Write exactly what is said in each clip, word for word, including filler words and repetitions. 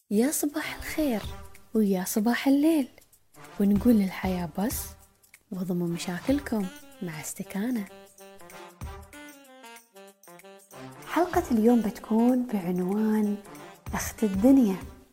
يا صباح الخير ويا صباح الليل، ونقول للحياة بس وضموا مشاكلكم مع استكانة. حلقة اليوم بتكون بعنوان أخت الدنيا.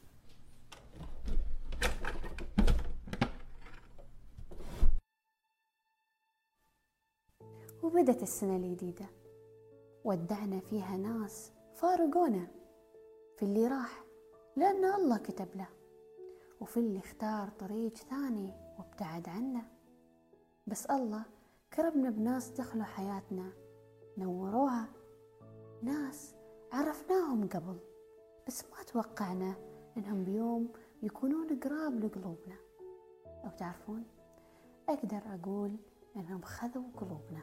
وبدت السنة الجديدة، ودعنا فيها ناس فارقونا، في اللي راح لأن الله كتب له، وفي اللي اختار طريق ثاني وابتعد عنا. بس الله كرمنا بناس دخلوا حياتنا نوروها، ناس عرفناهم قبل بس ما توقعنا انهم بيوم يكونون قراب لقلوبنا. او تعرفون، اقدر اقول انهم خذوا قلوبنا.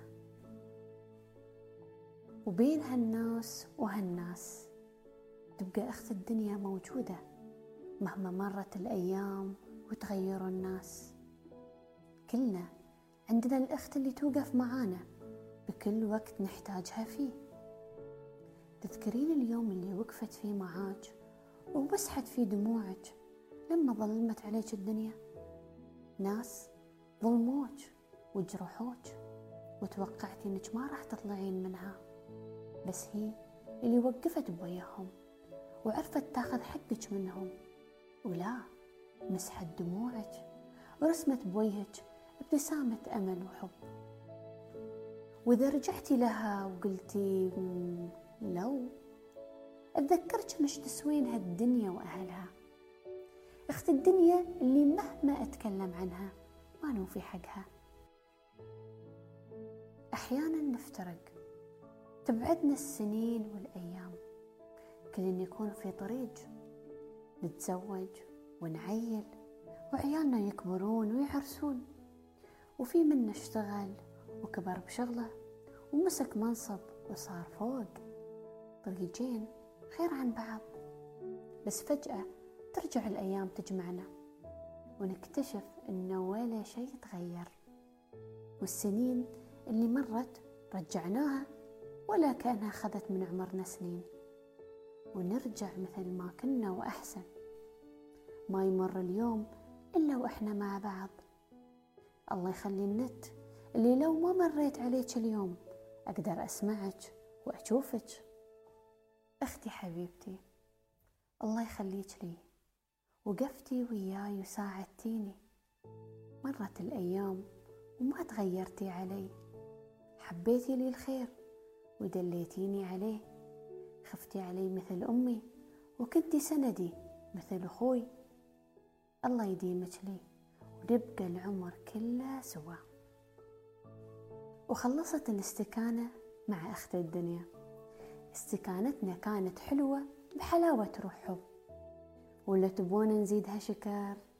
وبين هالناس وهالناس تبقى اخت الدنيا موجودة مهما مرت الايام وتغيروا الناس. كلنا عندنا الاخت اللي توقف معانا بكل وقت نحتاجها فيه. تذكرين اليوم اللي وقفت فيه معاك ومسحت فيه دموعك لما ظلمت عليك الدنيا؟ ناس ظلموك وجرحوك وتوقعتي انك ما راح تطلعين منها، بس هي اللي وقفت بوياهم وعرفت تاخذ حقك منهم، ولا مسحت دموعك ورسمت بوجهك ابتسامة أمل وحب. وإذا رجعتي لها وقلتي لو أتذكرك مش تسوين هالدنيا وأهلها، أخت الدنيا اللي مهما أتكلم عنها ما نوفي حقها. أحيانا نفترق، تبعدنا السنين والأيام، كلنا يكون في طريق، نتزوج ونعيل وعيالنا يكبرون ويعرسون، وفي منا اشتغل وكبر بشغله ومسك منصب وصار فوق. طريقين خير عن بعض، بس فجأة ترجع الأيام تجمعنا ونكتشف إنه ولا شيء تغير، والسنين اللي مرت رجعناها ولا كأنها خذت من عمرنا سنين، ونرجع مثل ما كنا وأحسن. ما يمر اليوم إلا وإحنا مع بعض. الله يخلي النت اللي لو ما مريت عليك اليوم أقدر أسمعك وأشوفك. أختي حبيبتي، الله يخليك لي، وقفتي وياي وساعدتيني. مرت الأيام وما تغيرتي علي، حبيتي لي الخير ودليتيني عليه، خفتي علي مثل أمي وكنتي سندي مثل أخوي. الله يديمك لي ونبقى العمر كله سوا. وخلصت الاستكانة مع أخت الدنيا. استكانتنا كانت حلوة بحلاوة روح حب، ولا تبون نزيدها شكر؟